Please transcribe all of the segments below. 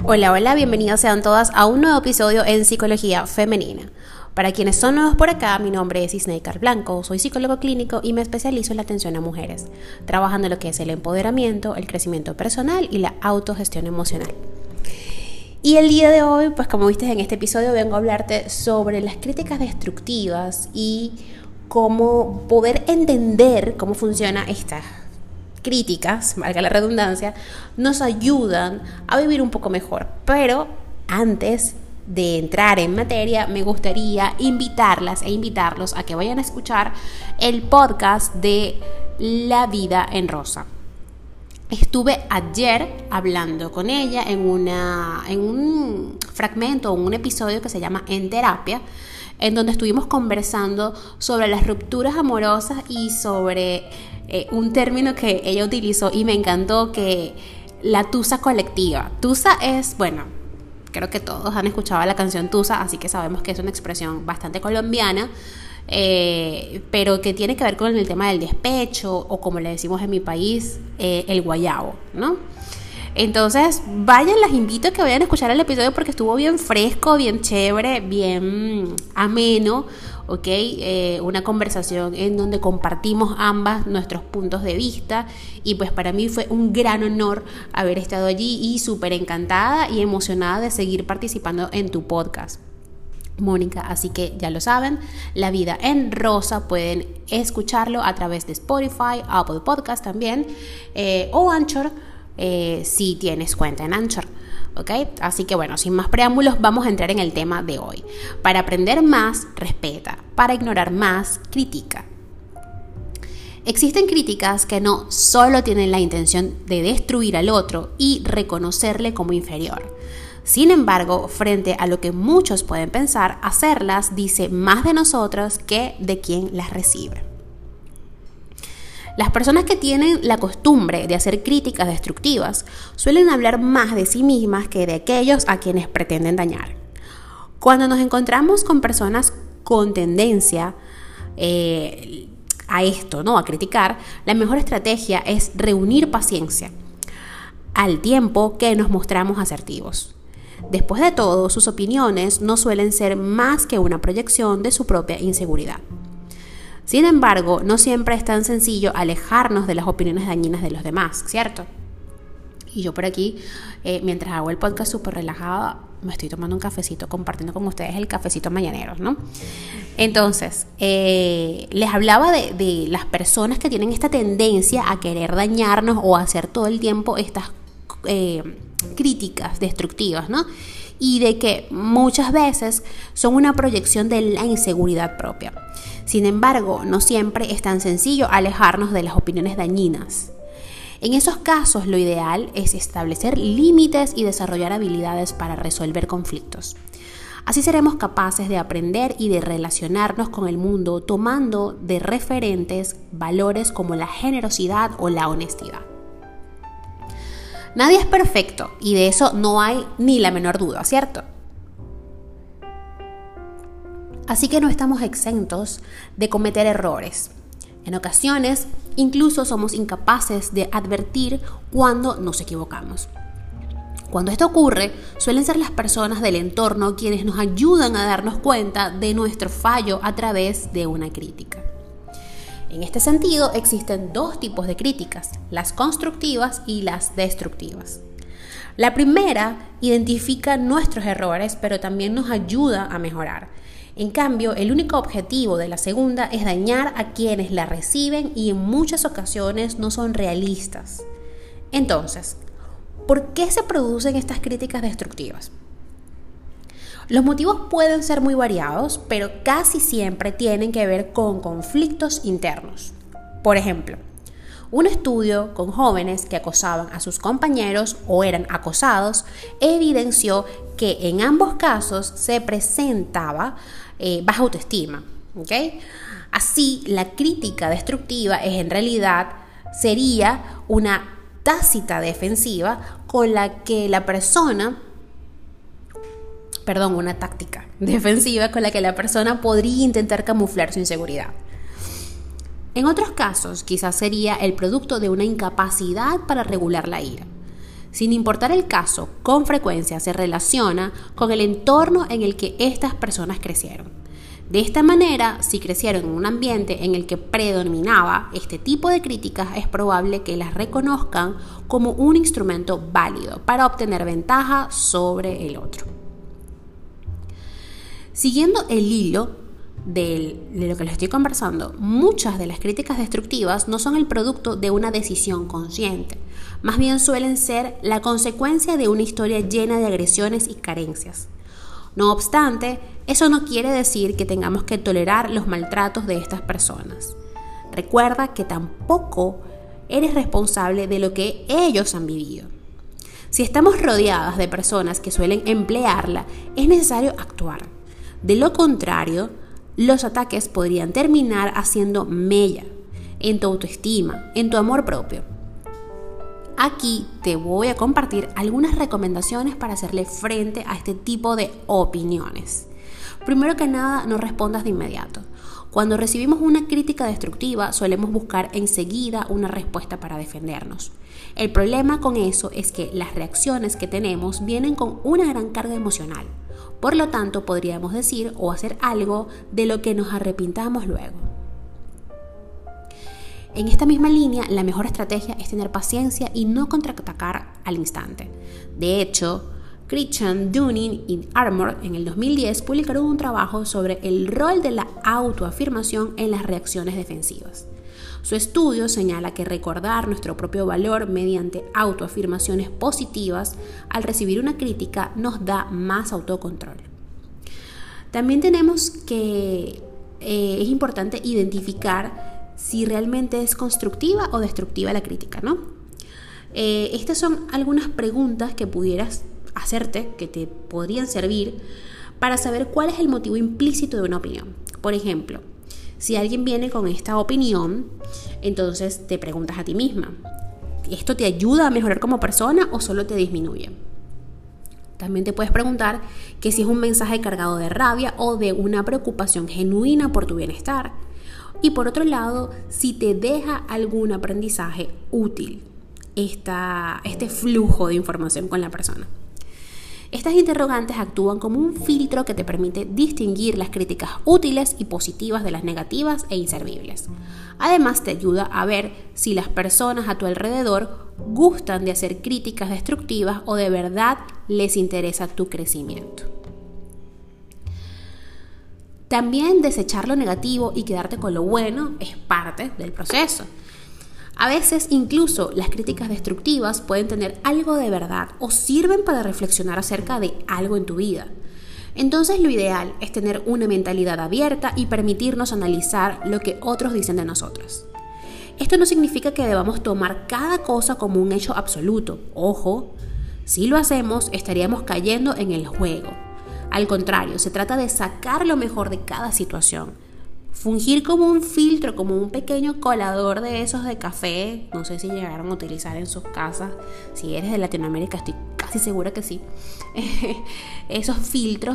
Hola, hola, bienvenidas sean todas a un nuevo episodio en Psicología Femenina. Para quienes son nuevos por acá, mi nombre es Isneikar Blanco, soy psicólogo clínico y me especializo en la atención a mujeres, trabajando en lo que es el empoderamiento, el crecimiento personal y la autogestión emocional. Y el día de hoy, pues como viste en este episodio, vengo a hablarte sobre las críticas destructivas y cómo poder entender cómo funciona estas críticas, valga la redundancia, nos ayudan a vivir un poco mejor. Pero antes de entrar en materia, me gustaría invitarlas e invitarlos a que vayan a escuchar el podcast de La Vida en Rosa. Estuve ayer hablando con ella en un fragmento, un episodio que se llama En Terapia, en donde estuvimos conversando sobre las rupturas amorosas y sobre un término que ella utilizó y me encantó, que la tusa colectiva. Tusa es, bueno, creo que todos han escuchado la canción Tusa, así que sabemos que es una expresión bastante colombiana, pero que tiene que ver con el tema del despecho, o como le decimos en mi país, el guayabo, ¿no? Entonces, las invito a que vayan a escuchar el episodio porque estuvo bien fresco, bien chévere, bien ameno, ¿ok? Una conversación en donde compartimos ambas nuestros puntos de vista, y pues para mí fue un gran honor haber estado allí y súper encantada y emocionada de seguir participando en tu podcast, Mónica. Así que ya lo saben, La Vida en Rosa, pueden escucharlo a través de Spotify, Apple Podcast también, o Anchor, si tienes cuenta en Anchor, ¿ok? Así que bueno, sin más preámbulos, vamos a entrar en el tema de hoy. Para aprender más, respeta. Para ignorar más, critica. Existen críticas que no solo tienen la intención de destruir al otro y reconocerle como inferior. Sin embargo, frente a lo que muchos pueden pensar, hacerlas dice más de nosotros que de quien las recibe. Las personas que tienen la costumbre de hacer críticas destructivas suelen hablar más de sí mismas que de aquellos a quienes pretenden dañar. Cuando nos encontramos con personas con tendencia a esto, ¿no? A criticar, la mejor estrategia es reunir paciencia, al tiempo que nos mostramos asertivos. Después de todo, sus opiniones no suelen ser más que una proyección de su propia inseguridad. Sin embargo, no siempre es tan sencillo alejarnos de las opiniones dañinas de los demás, ¿cierto? Y yo por aquí, mientras hago el podcast súper relajada, me estoy tomando un cafecito, compartiendo con ustedes el cafecito mañanero, ¿no? Entonces, les hablaba de las personas que tienen esta tendencia a querer dañarnos o a hacer todo el tiempo estas críticas destructivas, ¿no? Y de que muchas veces son una proyección de la inseguridad propia. Sin embargo, no siempre es tan sencillo alejarnos de las opiniones dañinas. En esos casos, lo ideal es establecer límites y desarrollar habilidades para resolver conflictos. Así seremos capaces de aprender y de relacionarnos con el mundo tomando de referentes valores como la generosidad o la honestidad. Nadie es perfecto y de eso no hay ni la menor duda, ¿cierto? Así que no estamos exentos de cometer errores. En ocasiones, incluso somos incapaces de advertir cuando nos equivocamos. Cuando esto ocurre, suelen ser las personas del entorno quienes nos ayudan a darnos cuenta de nuestro fallo a través de una crítica. En este sentido, existen dos tipos de críticas, las constructivas y las destructivas. La primera identifica nuestros errores, pero también nos ayuda a mejorar. En cambio, el único objetivo de la segunda es dañar a quienes la reciben y en muchas ocasiones no son realistas. Entonces, ¿por qué se producen estas críticas destructivas? Los motivos pueden ser muy variados, pero casi siempre tienen que ver con conflictos internos. Por ejemplo, un estudio con jóvenes que acosaban a sus compañeros o eran acosados evidenció que en ambos casos se presentaba baja autoestima, ¿ok? Así, la crítica destructiva en realidad sería una tácita defensiva con la que la persona una táctica defensiva con la que la persona podría intentar camuflar su inseguridad. En otros casos, quizás sería el producto de una incapacidad para regular la ira. Sin importar el caso, con frecuencia se relaciona con el entorno en el que estas personas crecieron. De esta manera, si crecieron en un ambiente en el que predominaba este tipo de críticas, es probable que las reconozcan como un instrumento válido para obtener ventaja sobre el otro. Siguiendo el hilo de lo que les estoy conversando, muchas de las críticas destructivas no son el producto de una decisión consciente, más bien suelen ser la consecuencia de una historia llena de agresiones y carencias. No obstante, eso no quiere decir que tengamos que tolerar los maltratos de estas personas. Recuerda que tampoco eres responsable de lo que ellos han vivido. Si estamos rodeadas de personas que suelen emplearla, es necesario actuar. De lo contrario, los ataques podrían terminar haciendo mella en tu autoestima, en tu amor propio. Aquí te voy a compartir algunas recomendaciones para hacerle frente a este tipo de opiniones. Primero que nada, no respondas de inmediato. Cuando recibimos una crítica destructiva, solemos buscar enseguida una respuesta para defendernos. El problema con eso es que las reacciones que tenemos vienen con una gran carga emocional. Por lo tanto, podríamos decir o hacer algo de lo que nos arrepintamos luego. En esta misma línea, la mejor estrategia es tener paciencia y no contraatacar al instante. De hecho, Christian Dunning y Armour en el 2010 publicaron un trabajo sobre el rol de la autoafirmación en las reacciones defensivas. Su estudio señala que recordar nuestro propio valor mediante autoafirmaciones positivas al recibir una crítica nos da más autocontrol. También tenemos que es importante identificar si realmente es constructiva o destructiva la crítica, ¿no? Estas son algunas preguntas que pudieras hacerte, que te podrían servir para saber cuál es el motivo implícito de una opinión. Por ejemplo, si alguien viene con esta opinión, entonces te preguntas a ti misma, ¿esto te ayuda a mejorar como persona o solo te disminuye? También te puedes preguntar que si es un mensaje cargado de rabia o de una preocupación genuina por tu bienestar. Y por otro lado, si te deja algún aprendizaje útil este flujo de información con la persona. Estas interrogantes actúan como un filtro que te permite distinguir las críticas útiles y positivas de las negativas e inservibles. Además, te ayuda a ver si las personas a tu alrededor gustan de hacer críticas destructivas o de verdad les interesa tu crecimiento. También desechar lo negativo y quedarte con lo bueno es parte del proceso. A veces incluso las críticas destructivas pueden tener algo de verdad o sirven para reflexionar acerca de algo en tu vida. Entonces lo ideal es tener una mentalidad abierta y permitirnos analizar lo que otros dicen de nosotros. Esto no significa que debamos tomar cada cosa como un hecho absoluto. Ojo, si lo hacemos estaríamos cayendo en el juego. Al contrario, se trata de sacar lo mejor de cada situación. Fungir como un filtro, como un pequeño colador de esos de café. No sé si llegaron a utilizar en sus casas. Si eres de Latinoamérica, estoy casi segura que sí. Esos filtros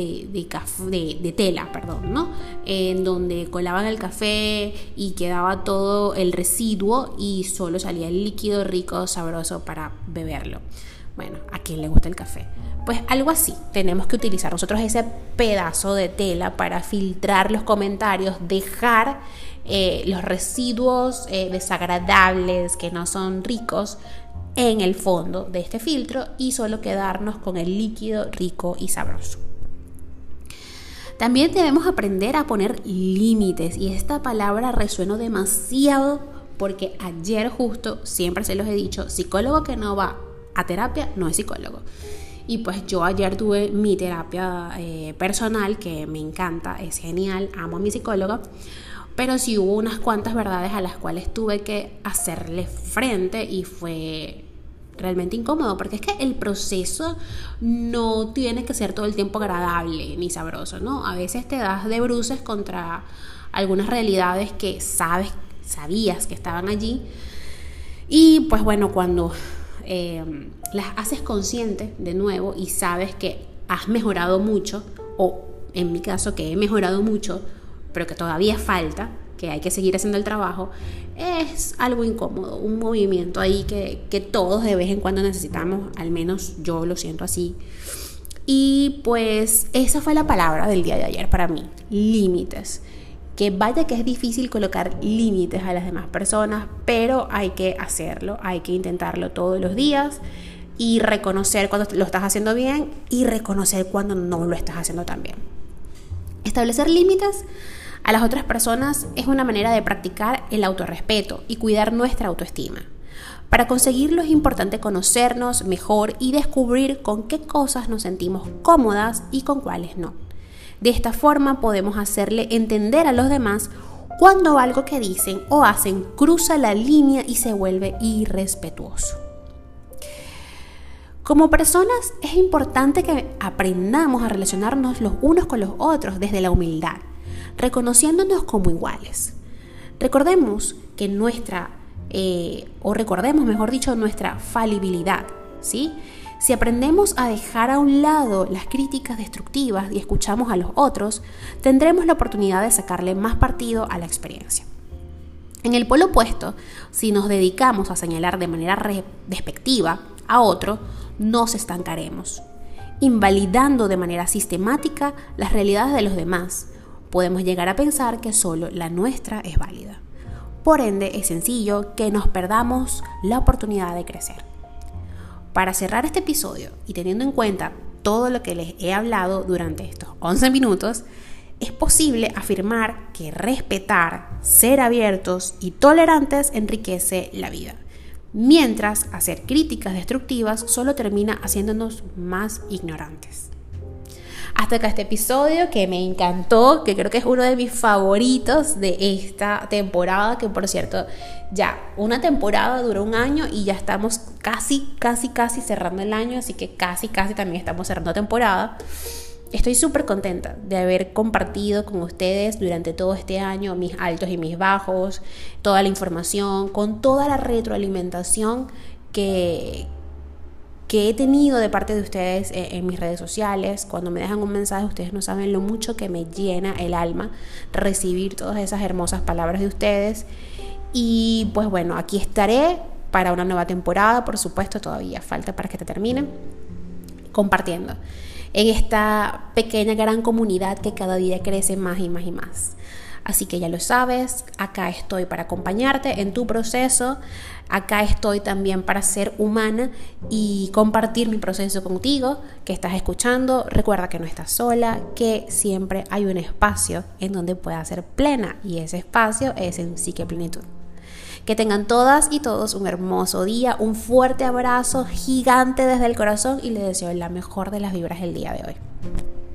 de tela, ¿no? En donde colaban el café y quedaba todo el residuo y solo salía el líquido rico, sabroso para beberlo. Bueno, ¿a quién le gusta el café? Pues algo así, tenemos que utilizar nosotros ese pedazo de tela para filtrar los comentarios, dejar los residuos desagradables que no son ricos en el fondo de este filtro y solo quedarnos con el líquido rico y sabroso. También debemos aprender a poner límites y esta palabra resuena demasiado porque ayer justo, siempre se los he dicho, psicólogo que no va a terapia no es psicólogo. Y pues yo ayer tuve mi terapia personal que me encanta, es genial, amo a mi psicóloga, pero sí hubo unas cuantas verdades a las cuales tuve que hacerle frente y fue realmente incómodo, porque es que el proceso no tiene que ser todo el tiempo agradable ni sabroso, ¿no? A veces te das de bruces contra algunas realidades que sabías que estaban allí y pues bueno, cuando las haces conscientes de nuevo y sabes que has mejorado mucho, o en mi caso que he mejorado mucho, pero que todavía falta, que hay que seguir haciendo el trabajo, es algo incómodo, un movimiento ahí que todos de vez en cuando necesitamos, al menos yo lo siento así. Y pues esa fue la palabra del día de ayer para mí, límites. Que vaya que es difícil colocar límites a las demás personas, pero hay que hacerlo, hay que intentarlo todos los días y reconocer cuando lo estás haciendo bien y reconocer cuando no lo estás haciendo tan bien. Establecer límites a las otras personas es una manera de practicar el autorrespeto y cuidar nuestra autoestima. Para conseguirlo es importante conocernos mejor y descubrir con qué cosas nos sentimos cómodas y con cuáles no. De esta forma podemos hacerle entender a los demás cuando algo que dicen o hacen cruza la línea y se vuelve irrespetuoso. Como personas es importante que aprendamos a relacionarnos los unos con los otros desde la humildad, reconociéndonos como iguales. Recordemos nuestra falibilidad, ¿sí? Si aprendemos a dejar a un lado las críticas destructivas y escuchamos a los otros, tendremos la oportunidad de sacarle más partido a la experiencia. En el polo opuesto, si nos dedicamos a señalar de manera despectiva a otro, nos estancaremos, invalidando de manera sistemática las realidades de los demás. Podemos llegar a pensar que solo la nuestra es válida. Por ende, es sencillo que nos perdamos la oportunidad de crecer. Para cerrar este episodio y teniendo en cuenta todo lo que les he hablado durante estos 11 minutos, es posible afirmar que respetar, ser abiertos y tolerantes enriquece la vida, mientras hacer críticas destructivas solo termina haciéndonos más ignorantes. Hasta acá este episodio que me encantó, que creo que es uno de mis favoritos de esta temporada, que por cierto, ya una temporada duró un año y ya estamos casi cerrando el año, así que casi también estamos cerrando temporada. Estoy súper contenta de haber compartido con ustedes durante todo este año mis altos y mis bajos, toda la información, con toda la retroalimentación que he tenido de parte de ustedes en mis redes sociales. Cuando me dejan un mensaje, ustedes no saben lo mucho que me llena el alma recibir todas esas hermosas palabras de ustedes. Y pues bueno, aquí estaré para una nueva temporada, por supuesto, todavía falta para que termine, compartiendo en esta pequeña gran comunidad que cada día crece más y más y más. Así que ya lo sabes, acá estoy para acompañarte en tu proceso, acá estoy también para ser humana y compartir mi proceso contigo, que estás escuchando. Recuerda que no estás sola, que siempre hay un espacio en donde puedas ser plena y ese espacio es en Psique Plenitud. Que tengan todas y todos un hermoso día, un fuerte abrazo gigante desde el corazón y les deseo la mejor de las vibras el día de hoy.